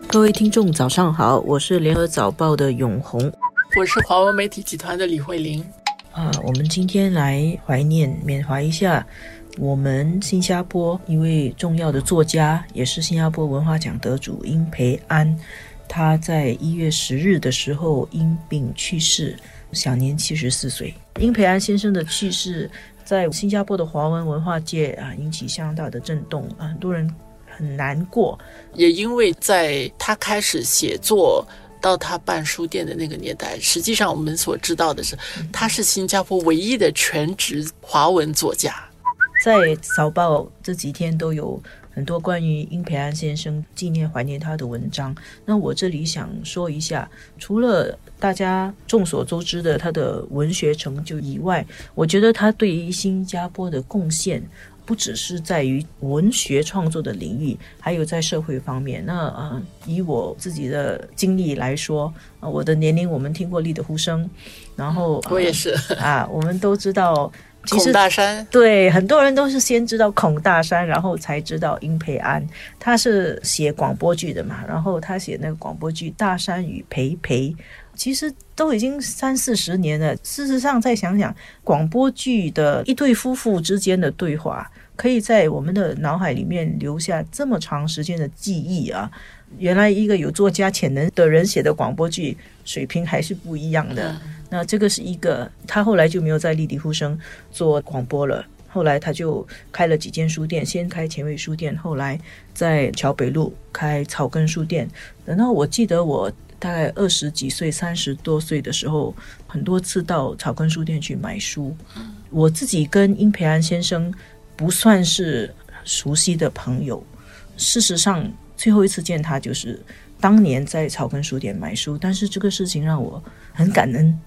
各位听众早上好，我是联合早报的永红， 我是华文媒体集团的李慧玲。 我们今天来缅怀一下我们新加坡一位重要的作家，也是新加坡文化奖得主殷培安。他在1月10日的时候因病去世，享年74岁。殷培安先生的去世在新加坡的华文文化界引起相当大的震动，很多人很难过。 也因为在他开始写作到他办书店的那个年代，实际上我们所知道的是，他是新加坡唯一的全职华文作家。 在早报这几天都有很多关于殷培安先生怀念他的文章。那我这里想说一下，除了大家众所周知的他的文学成就以外，我觉得他对于新加坡的贡献不只是在于文学创作的领域，还有在社会方面。那以我自己的经历来说，我的年龄我们听过立德呼声，然后我也是我们都知道孔大山。 对，很多人都是先知道孔大山，然后才知道殷培安。他是写广播剧的嘛，然后他写那个广播剧《大山与培培》，其实都已经30-40年了。事实上再想想，广播剧的一对夫妇之间的对话，可以在我们的脑海里面留下这么长时间的记忆啊！原来一个有作家潜能的人写的广播剧水平还是不一样的。那这个是一个，他后来就没有在立迪呼声做广播了，后来他就开了几间书店，先开前卫书店，后来在桥北路开草根书店。然后我记得我大概20几岁30多岁的时候，很多次到草根书店去买书。我自己跟殷培安先生不算是熟悉的朋友，事实上最后一次见他就是当年在草根书店买书，但是这个事情让我很感恩。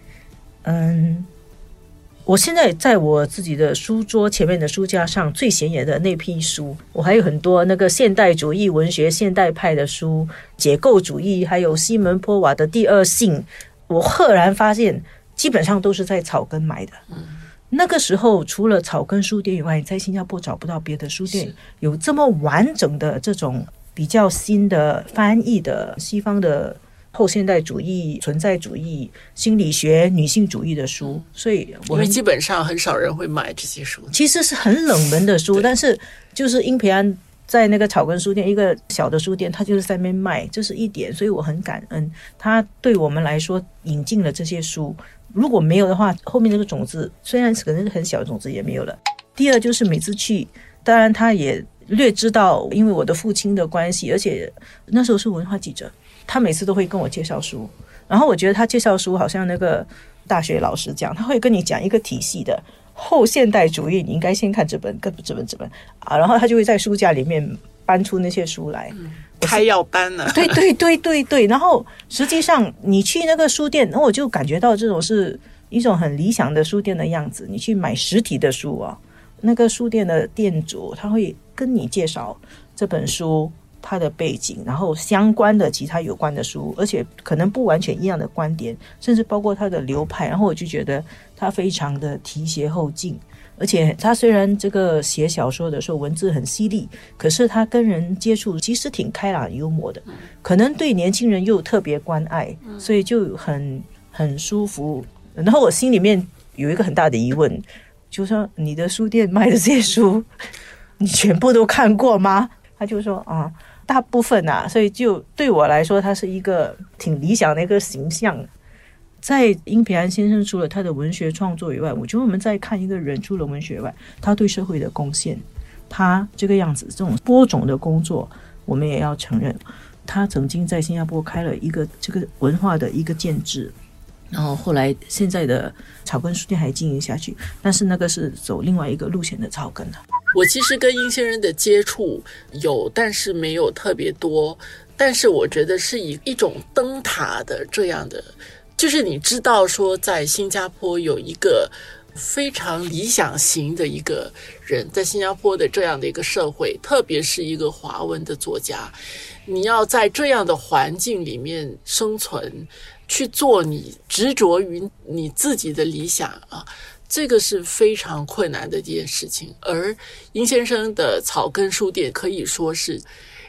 我现在在我自己的书桌前面的书架上最显眼的那批书，我还有很多那个现代主义文学现代派的书，解构主义，还有西门坡瓦的第二性，我赫然发现基本上都是在草根买的。那个时候除了草根书店以外，在新加坡找不到别的书店有这么完整的这种比较新的翻译的西方的后现代主义、存在主义、心理学、女性主义的书。所以因为基本上很少人会买这些书， 其实是很冷门的书，但是就是殷培安在那个草根书店，一个小的书店，他就是在那边卖，这是一点。所以我很感恩他对我们来说引进了这些书，如果没有的话，后面这个种子虽然可能是很小的种子也没有了。第二就是每次去，当然他也略知道，因为我的父亲的关系，而且那时候是文化记者，他每次都会跟我介绍书，然后我觉得他介绍书好像那个大学老师讲，他会跟你讲一个体系的后现代主义，你应该先看这本然后他就会在书架里面搬出那些书来， 开药单呢。 对，然后实际上你去那个书店，然后我就感觉到这种是一种很理想的书店的样子。你去买实体的书那个书店的店主他会跟你介绍这本书它的背景，然后相关的其他有关的书，而且可能不完全一样的观点，甚至包括它的流派。然后我就觉得他非常的提携后进，而且他虽然这个写小说的时候文字很犀利，可是他跟人接触其实挺开朗幽默的，可能对年轻人又特别关爱，所以就很舒服。然后我心里面有一个很大的疑问，就说你的书店卖的这些书你全部都看过吗？他就说大部分所以就对我来说他是一个挺理想的一个形象。在殷培安先生除了他的文学创作以外，我觉得我们在看一个人除了文学以外，他对社会的贡献，他这个样子这种播种的工作我们也要承认。他曾经在新加坡开了一个这个文化的一个建制，然后后来现在的草根书店还经营下去，但是那个是走另外一个路线的草根的。 我其实跟殷先生的接触有，但是没有特别多，但是我觉得是以一种灯塔的这样的，就是你知道说在新加坡有一个非常理想型的一个人，在新加坡的这样的一个社会，特别是一个华文的作家，你要在这样的环境里面生存，去做你执着于你自己的理想这个是非常困难的一件事情。而殷先生的草根书店可以说是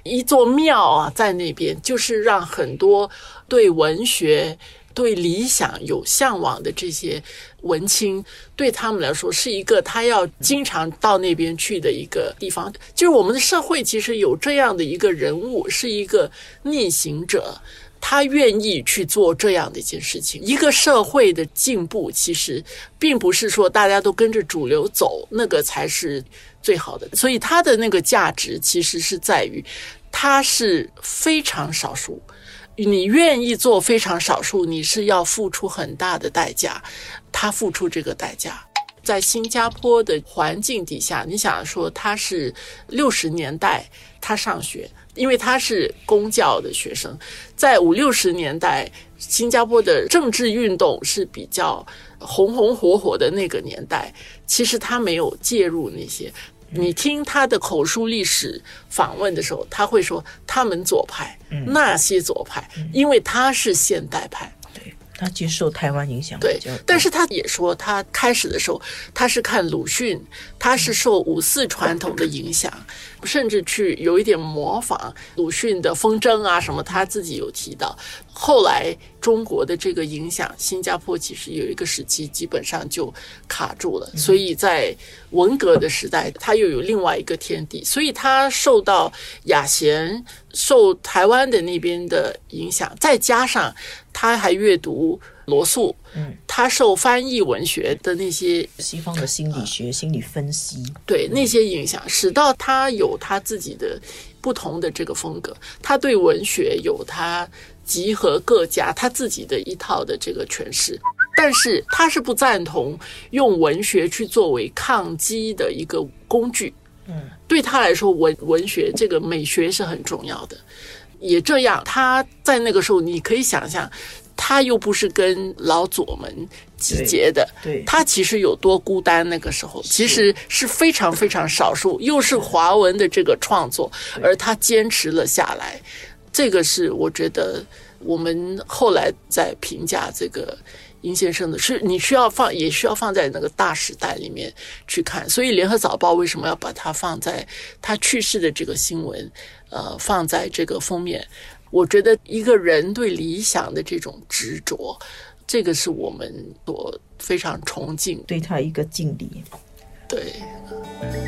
一座庙啊，在那边就是让很多对文学、对理想有向往的这些文青，对他们来说是一个他要经常到那边去的一个地方。就是我们的社会其实有这样的一个人物，是一个逆行者，他愿意去做这样的一件事情。一个社会的进步其实并不是说大家都跟着主流走，那个才是最好的。所以他的那个价值其实是在于他是非常少数，你愿意做非常少数，你是要付出很大的代价，他付出这个代价。在新加坡的环境底下，你想说他是60年代他上学，因为他是公教的学生，在50、60年代新加坡的政治运动是比较红红火火的那个年代，其实他没有介入那些。你听他的口述历史访问的时候，他会说他们左派，那些左派，因为他是现代派， 对，他接受台湾影响对，但是他也说他开始的时候他是看鲁迅，他是受5·4传统的影响，甚至去有一点模仿鲁迅的风筝啊什么，他自己有提到。后来中国的这个影响，新加坡其实有一个时期基本上就卡住了，所以在文革的时代他又有另外一个天地，所以他受到雅贤受台湾的那边的影响，再加上他还阅读罗素，他受翻译文学的那些西方的心理学、心理分析， 对那些影响，使到他有他自己的不同的这个风格。他对文学有他集合各家他自己的一套的这个诠释，但是他是不赞同用文学去作为抗击的一个工具。对他来说文学这个美学是很重要的。也这样，他在那个时候你可以想象，他又不是跟老左们集结的， 对， 他其实有多孤单。那个时候其实是非常非常少数，又是华文的这个创作，而他坚持了下来。这个是我觉得我们后来在评价这个殷先生的，是你需要放，也需要放在那个大时代里面去看。所以联合早报为什么要把它放在他去世的这个新闻放在这个封面，我觉得一个人对理想的这种执着，这个是我们所非常崇敬， 对他一个敬礼。 对。